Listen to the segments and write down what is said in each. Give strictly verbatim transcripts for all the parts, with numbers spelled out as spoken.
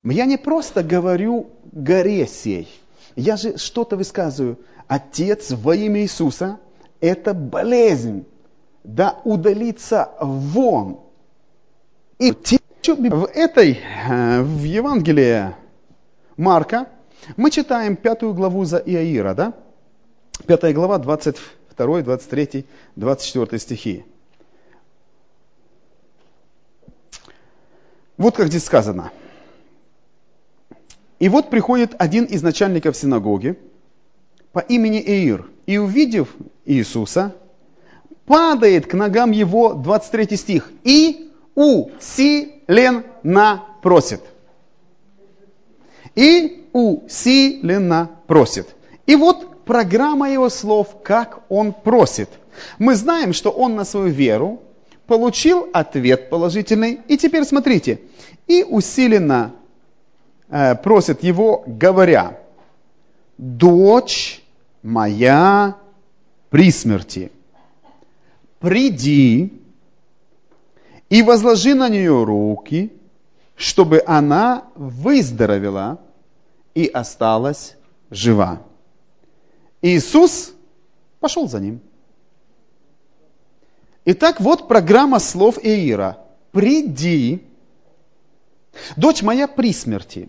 Я не просто говорю горе сей. Я же что-то высказываю. Отец, во имя Иисуса, это болезнь. Да удалится вон. И в этой, в Евангелии Марка, мы читаем пятую главу за Иаира, да? Пятая глава, двадцать второй, двадцать третий, двадцать четвёртый стихи. Вот как здесь сказано. И вот приходит один из начальников синагоги по имени Иаир, и увидев Иисуса, падает к ногам его, двадцать третий стих, и усиленно просит. И усиленно просит. И вот программа его слов, как он просит. Мы знаем, что он на свою веру получил ответ положительный. И теперь смотрите. И усиленно э, просит его, говоря: «Дочь моя при смерти, приди и возложи на нее руки, чтобы она выздоровела и осталась жива». Иисус пошел за ним. Итак, вот программа слов Иаира. «Приди, дочь моя при смерти,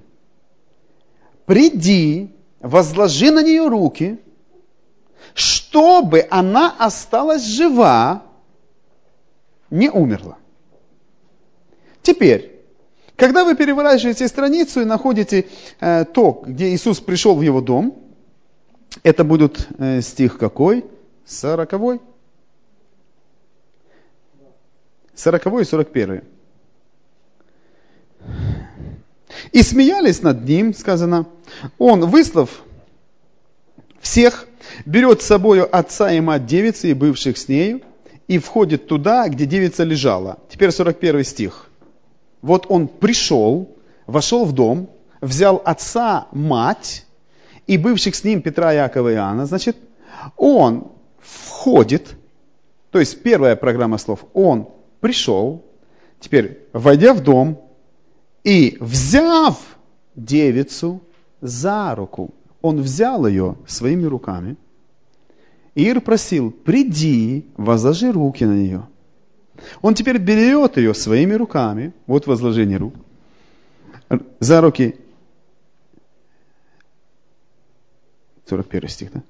приди, возложи на нее руки, чтобы она осталась жива, не умерла». Теперь, когда вы переворачиваете страницу и находите э, то, где Иисус пришел в его дом, это будет э, стих какой? Сороковой. Сороковой и сорок первый. «И смеялись над ним», сказано, «он, выслав всех, берет с собою отца и мать девицы и бывших с нею, и входит туда, где девица лежала». Теперь сорок первый стих. Вот он пришел, вошел в дом, взял отца, мать и бывших с ним Петра, Иакова и Иоанна. Значит, он входит, то есть первая программа слов, он пришел, теперь войдя в дом и взяв девицу за руку, он взял ее своими руками. Иаир просил: приди, возложи руки на нее. Он теперь берет ее своими руками, вот возложение рук, за руки, сорок первый стих, да?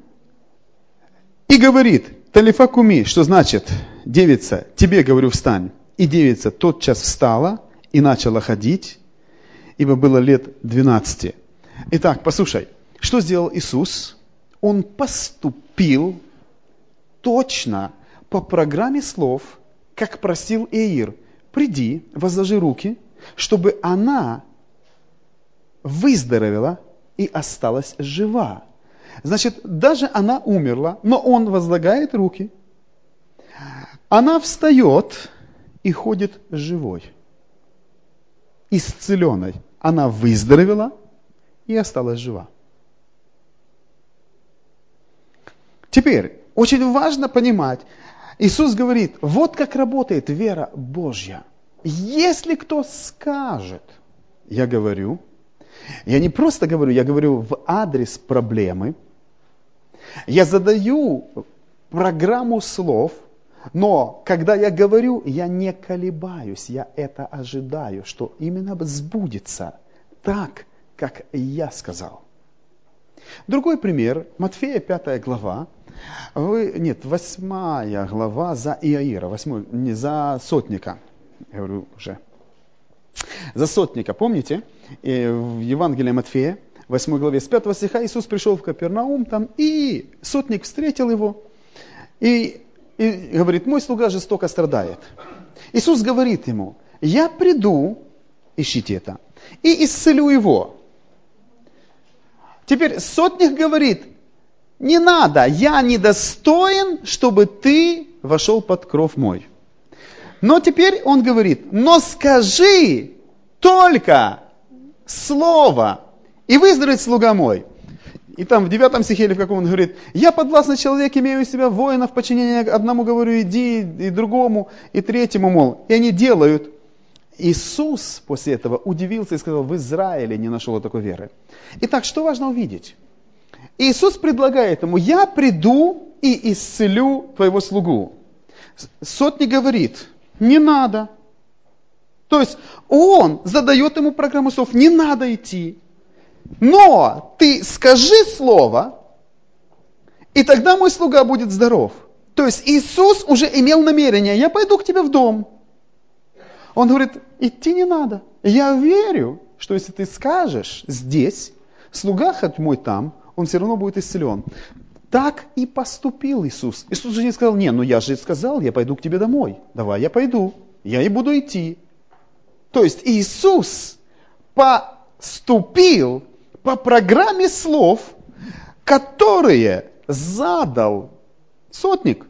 И говорит: талифа куми, что значит: девица, тебе говорю, встань. И девица тотчас встала и начала ходить, ибо было лет двенадцати. Итак, послушай, что сделал Иисус? Он поступил точно по программе слов, как просил Иаир: приди, возложи руки, чтобы она выздоровела и осталась жива. Значит, даже она умерла, но он возлагает руки. Она встает и ходит живой, исцеленной. Она выздоровела и осталась жива. Теперь, очень важно понимать, Иисус говорит, вот как работает вера Божья. Если кто скажет, я говорю, я не просто говорю, я говорю в адрес проблемы, я задаю программу слов, но когда я говорю, я не колебаюсь, я это ожидаю, что именно сбудется так, как я сказал. Другой пример, Матфея пятая глава, вы, нет, восьмая глава за Иаира, восьмой, не за сотника, я говорю уже. За сотника, помните, в Евангелии Матфея, в восьмой главе, с пятого стиха Иисус пришел в Капернаум, там, и сотник встретил его, и, и говорит: мой слуга жестоко страдает. Иисус говорит ему: я приду, ищите это, и исцелю его. Теперь сотник говорит: не надо, я недостоин, чтобы ты вошел под кров мой. Но теперь он говорит: но скажи только слово, и выздоровеет слуга мой. И там в девятом стихе или в каком он говорит: я подвластный человек, имею у себя воинов, подчинение одному говорю иди, и другому, и третьему, мол. И они делают. Иисус после этого удивился и сказал: в Израиле не нашел я такой веры. Итак, что важно увидеть? Иисус предлагает ему: я приду и исцелю твоего слугу. Сотник говорит: не надо. То есть он задает ему программу слов: не надо идти. Но ты скажи слово, и тогда мой слуга будет здоров. То есть Иисус уже имел намерение: я пойду к тебе в дом. Он говорит: идти не надо. Я верю, что если ты скажешь здесь, слуга хоть мой там, он все равно будет исцелен. Так и поступил Иисус. Иисус же не сказал: не, ну я же сказал, я пойду к тебе домой. Давай я пойду. Я и буду идти. То есть Иисус поступил по программе слов, которые задал сотник.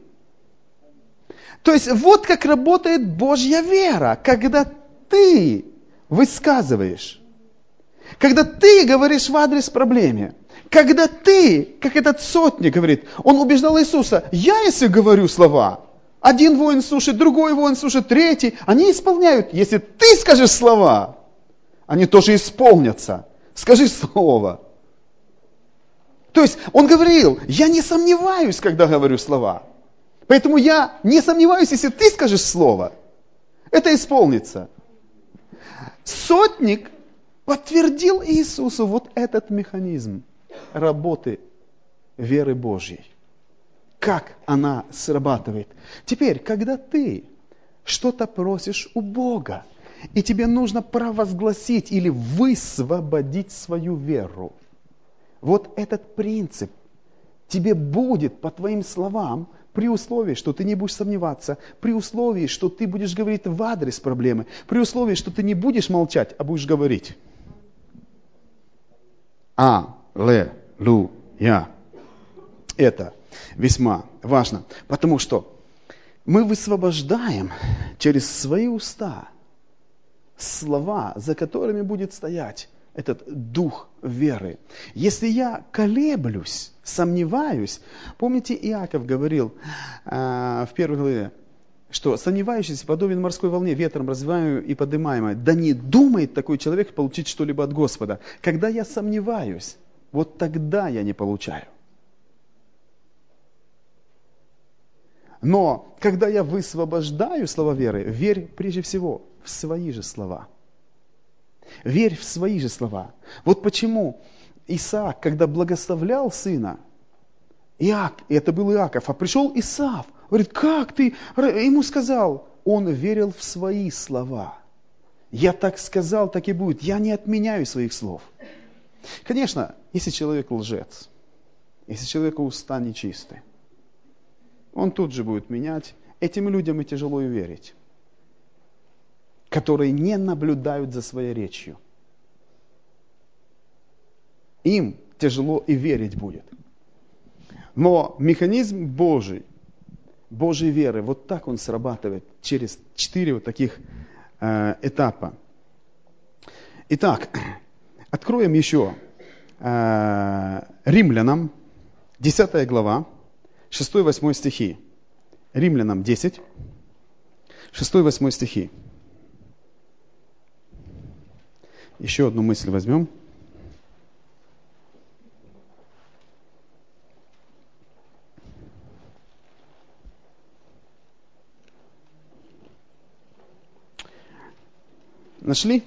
То есть вот как работает Божья вера, когда ты высказываешь, когда ты говоришь в адрес проблемы, когда ты, как этот сотник говорит, он убеждал Иисуса: я если говорю слова, один воин слушает, другой воин слушает, третий, они исполняют. Если ты скажешь слова, они тоже исполнятся. Скажи слово. То есть он говорил: я не сомневаюсь, когда говорю слова. Поэтому я не сомневаюсь, если ты скажешь слово, это исполнится. Сотник подтвердил Иисусу вот этот механизм работы веры Божьей. Как она срабатывает. Теперь, когда ты что-то просишь у Бога, и тебе нужно провозгласить или высвободить свою веру, вот этот принцип тебе будет по твоим словам, при условии, что ты не будешь сомневаться, при условии, что ты будешь говорить в адрес проблемы, при условии, что ты не будешь молчать, а будешь говорить. Аллилуйя. Это весьма важно, потому что мы высвобождаем через свои уста слова, за которыми будет стоять этот дух веры. Если я колеблюсь, сомневаюсь, помните, Иаков говорил э, в первой главе, что сомневающийся подобен морской волне, ветром развиваемой и поднимаемой. Да не думает такой человек получить что-либо от Господа. Когда я сомневаюсь, вот тогда я не получаю. Но когда я высвобождаю слова веры, верь прежде всего в свои же слова. Верь в свои же слова. Вот почему Исаак, когда благословлял сына, Иак, и это был Иаков, а пришел Исав, говорит: как ты? Ему сказал, он верил в свои слова. Я так сказал, так и будет. Я не отменяю своих слов. Конечно, если человек лжец, если человека уста нечисты, он тут же будет менять. Этим людям и тяжело и верить, которые не наблюдают за своей речью. Им тяжело и верить будет. Но механизм Божий, Божьей веры, вот так он срабатывает через четыре вот таких э, этапа. Итак, откроем еще э, Римлянам, десятая глава, шестой-восьмой стихи. Римлянам десять, шестой-восьмой стихи. Еще одну мысль возьмем. Нашли?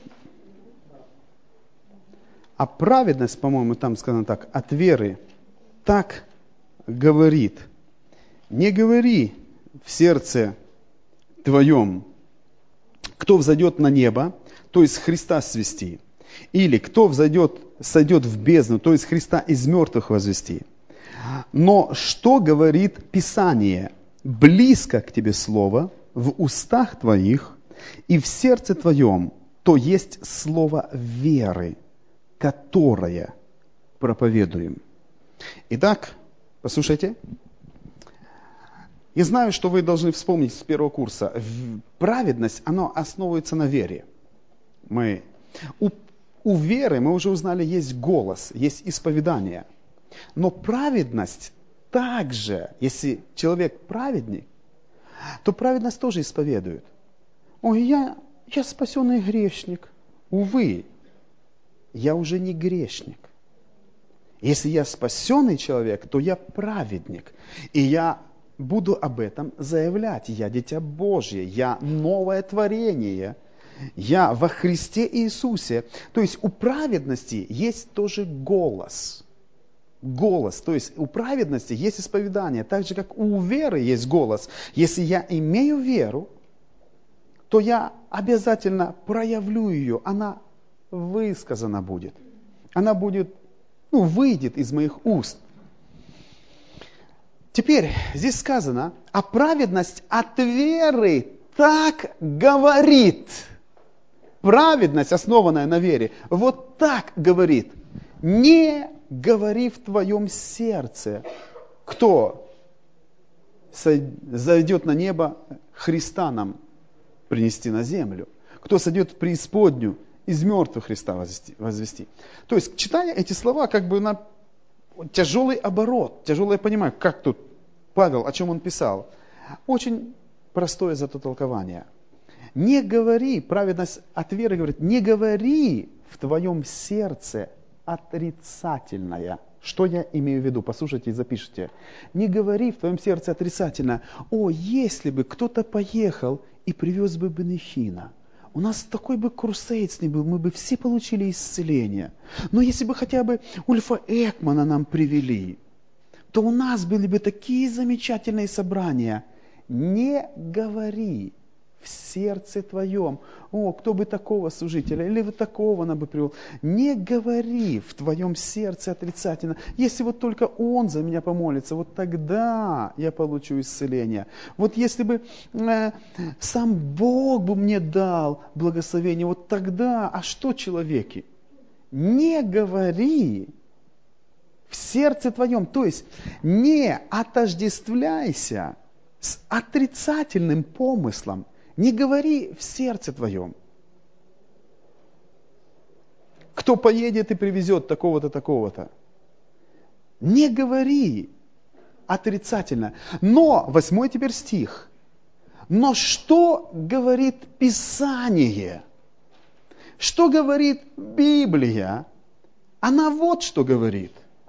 А праведность, по-моему, там сказано так, от веры так говорит. Не говори в сердце твоем, кто взойдет на небо, то есть Христа свести. Или кто взойдет, сойдет в бездну, то есть Христа из мертвых возвести. Но что говорит Писание? Близко к тебе слово, в устах твоих и в сердце твоем, то есть слово веры, которое проповедуем. Итак, послушайте. Я знаю, что вы должны вспомнить с первого курса. Праведность, она основывается на вере. Мы, у, у веры, мы уже узнали, есть голос, есть исповедание. Но праведность также, если человек праведник, то праведность тоже исповедует. Ой, я я спасенный грешник. Увы, я уже не грешник. Если я спасенный человек, то я праведник. И я буду об этом заявлять. Я дитя Божье, я новое творение. Я во Христе Иисусе. То есть у праведности есть тоже голос. Голос. То есть у праведности есть исповедание. Так же, как у веры есть голос. Если я имею веру, то я обязательно проявлю ее. Она высказана будет. Она будет, ну, выйдет из моих уст. Теперь здесь сказано, а праведность от веры так говорит. Праведность, основанная на вере, вот так говорит. Не говори в твоем сердце, кто зайдет на небо Христа нам принести на землю, кто сойдет в преисподнюю из мертвых Христа возвести. То есть, читая эти слова, как бы на тяжелый оборот, тяжелое понимание, как тут Павел, о чем он писал. Очень простое зато толкование. Не говори, праведность от веры говорит, не говори в твоем сердце отрицательное. Что я имею в виду? Послушайте и запишите. Не говори в твоем сердце отрицательно. О, если бы кто-то поехал и привез бы бенефина. У нас такой бы крусейд с ним был, мы бы все получили исцеление. Но если бы хотя бы Ульфа Экмана нам привели, то у нас были бы такие замечательные собрания. Не говори в сердце твоем, о, кто бы такого служителя, или вот такого нам бы привел. Не говори в твоем сердце отрицательно. Если вот только он за меня помолится, вот тогда я получу исцеление. Вот если бы э, сам Бог бы мне дал благословение, вот тогда, а что человеки? Не говори в сердце твоем, то есть не отождествляйся с отрицательным помыслом. Не говори в сердце твоем. Кто поедет и привезет такого-то, такого-то. Не говори отрицательно. Но, восьмой теперь стих. Но что говорит Писание? Что говорит Библия? Она вот что говорит.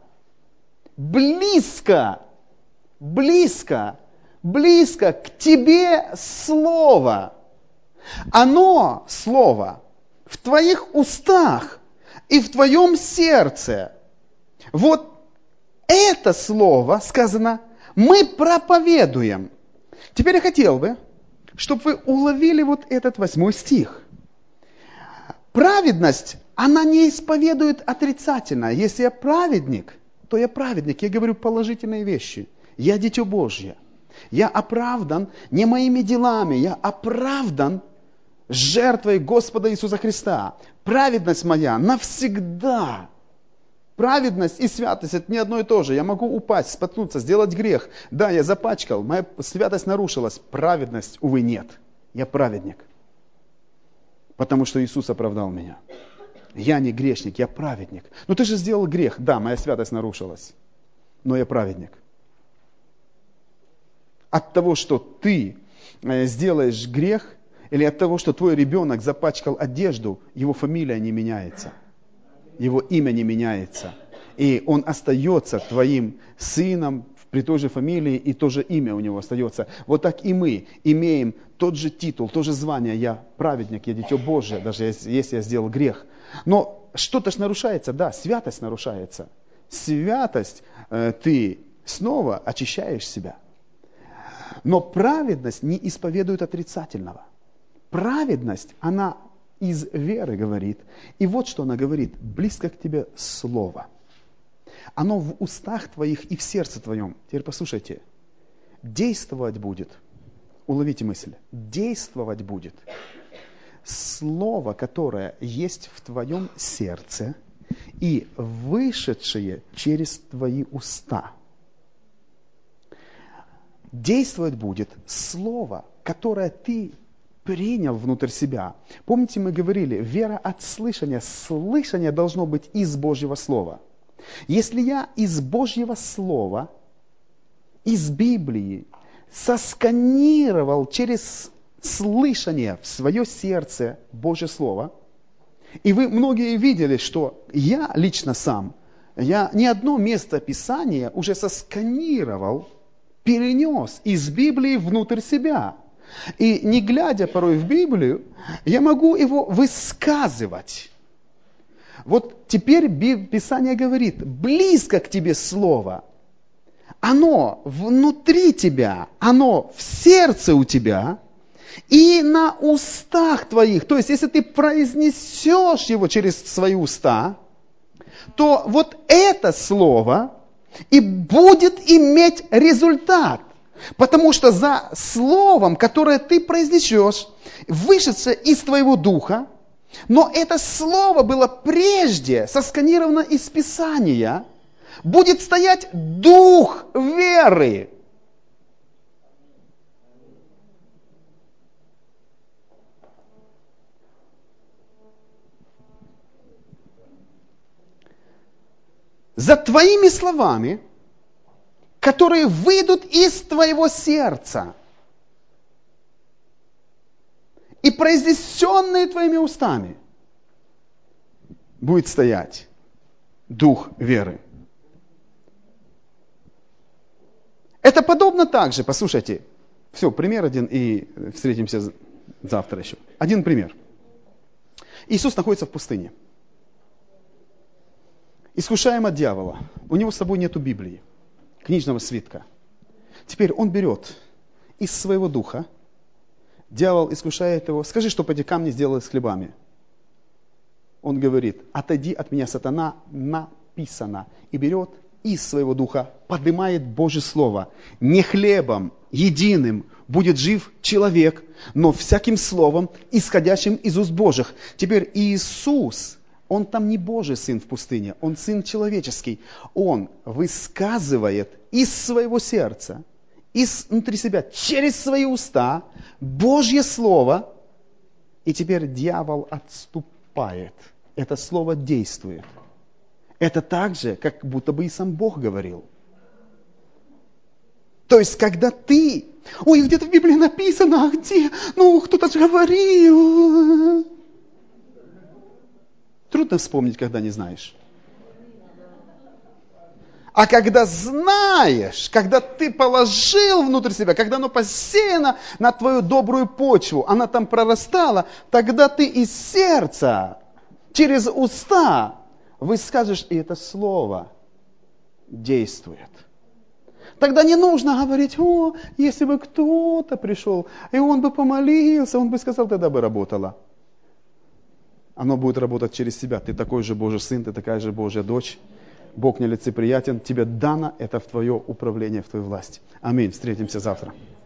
Близко, близко. Близко к тебе Слово. Оно, Слово, в твоих устах и в твоем сердце. Вот это Слово, сказано, мы проповедуем. Теперь я хотел бы, чтобы вы уловили вот этот восьмой стих. Праведность, она не исповедует отрицательно. Если я праведник, то я праведник. Я говорю положительные вещи. Я дитё Божье. Я оправдан не моими делами, я оправдан жертвой Господа Иисуса Христа. Праведность моя навсегда. Праведность и святость – это не одно и то же. Я могу упасть, споткнуться, сделать грех. Да, я запачкал, моя святость нарушилась. Праведность, увы, нет. Я праведник. Потому что Иисус оправдал меня. Я не грешник, я праведник. Но ты же сделал грех. Да, моя святость нарушилась. Но я праведник. От того, что ты сделаешь грех, или от того, что твой ребенок запачкал одежду, его фамилия не меняется. Его имя не меняется. И он остается твоим сыном при той же фамилии, и то же имя у него остается. Вот так и мы имеем тот же титул, то же звание. Я праведник, я дитё Божие, даже если я сделал грех. Но что-то ж нарушается, да, святость нарушается. Святость, э, ты снова очищаешь себя. Но праведность не исповедует отрицательного. Праведность, она из веры говорит. И вот что она говорит. Близко к тебе Слово. Оно в устах твоих и в сердце твоем. Теперь послушайте. Действовать будет. Уловите мысль. Действовать будет. Слово, которое есть в твоем сердце и вышедшее через твои уста. Действовать будет Слово, которое ты принял внутрь себя. Помните, мы говорили, вера от слышания. Слышание должно быть из Божьего Слова. Если я из Божьего Слова, из Библии, сосканировал через слышание в свое сердце Божье Слово. И вы многие видели, что я лично сам, я не одно место Писания уже сосканировал, перенес из Библии внутрь себя. И не глядя порой в Библию, я могу его высказывать. Вот теперь Писание говорит, близко к тебе Слово. Оно внутри тебя, оно в сердце у тебя и на устах твоих. То есть, если ты произнесешь его через свои уста, то вот это слово и будет иметь результат. Потому что за словом, которое ты произнесешь, вышедшее из твоего духа, но это слово было прежде сосканировано из Писания, будет стоять дух веры. За твоими словами, которые выйдут из твоего сердца и произнесенные твоими устами, будет стоять дух веры. Это подобно также, послушайте, все, пример один, и встретимся завтра еще. Один пример. Иисус находится в пустыне. Искушаем от дьявола. У него с собой нету Библии, книжного свитка. Теперь он берет из своего духа, дьявол искушает его, скажи, что эти камни сделали с хлебами. Он говорит, отойди от меня, сатана, написано. И берет из своего духа, поднимает Божье Слово. Не хлебом единым будет жив человек, но всяким словом, исходящим из уст Божьих. Теперь Иисус, Он там не Божий Сын в пустыне, Он Сын человеческий. Он высказывает из своего сердца, из внутри себя, через свои уста Божье Слово. И теперь дьявол отступает. Это Слово действует. Это так же, как будто бы и сам Бог говорил. То есть, когда ты... Ой, где-то в Библии написано, а где? Ну, кто-то же говорил. Трудно вспомнить, когда не знаешь. А когда знаешь, когда ты положил внутрь себя, когда оно посеяно на твою добрую почву, она там прорастала, тогда ты из сердца, через уста выскажешь, и это слово действует. Тогда не нужно говорить, о, если бы кто-то пришел, и он бы помолился, он бы сказал, тогда бы работало. Оно будет работать через себя. Ты такой же Божий сын, ты такая же Божья дочь. Бог нелицеприятен, тебе дано это в твое управление, в твою власть. Аминь. Встретимся завтра.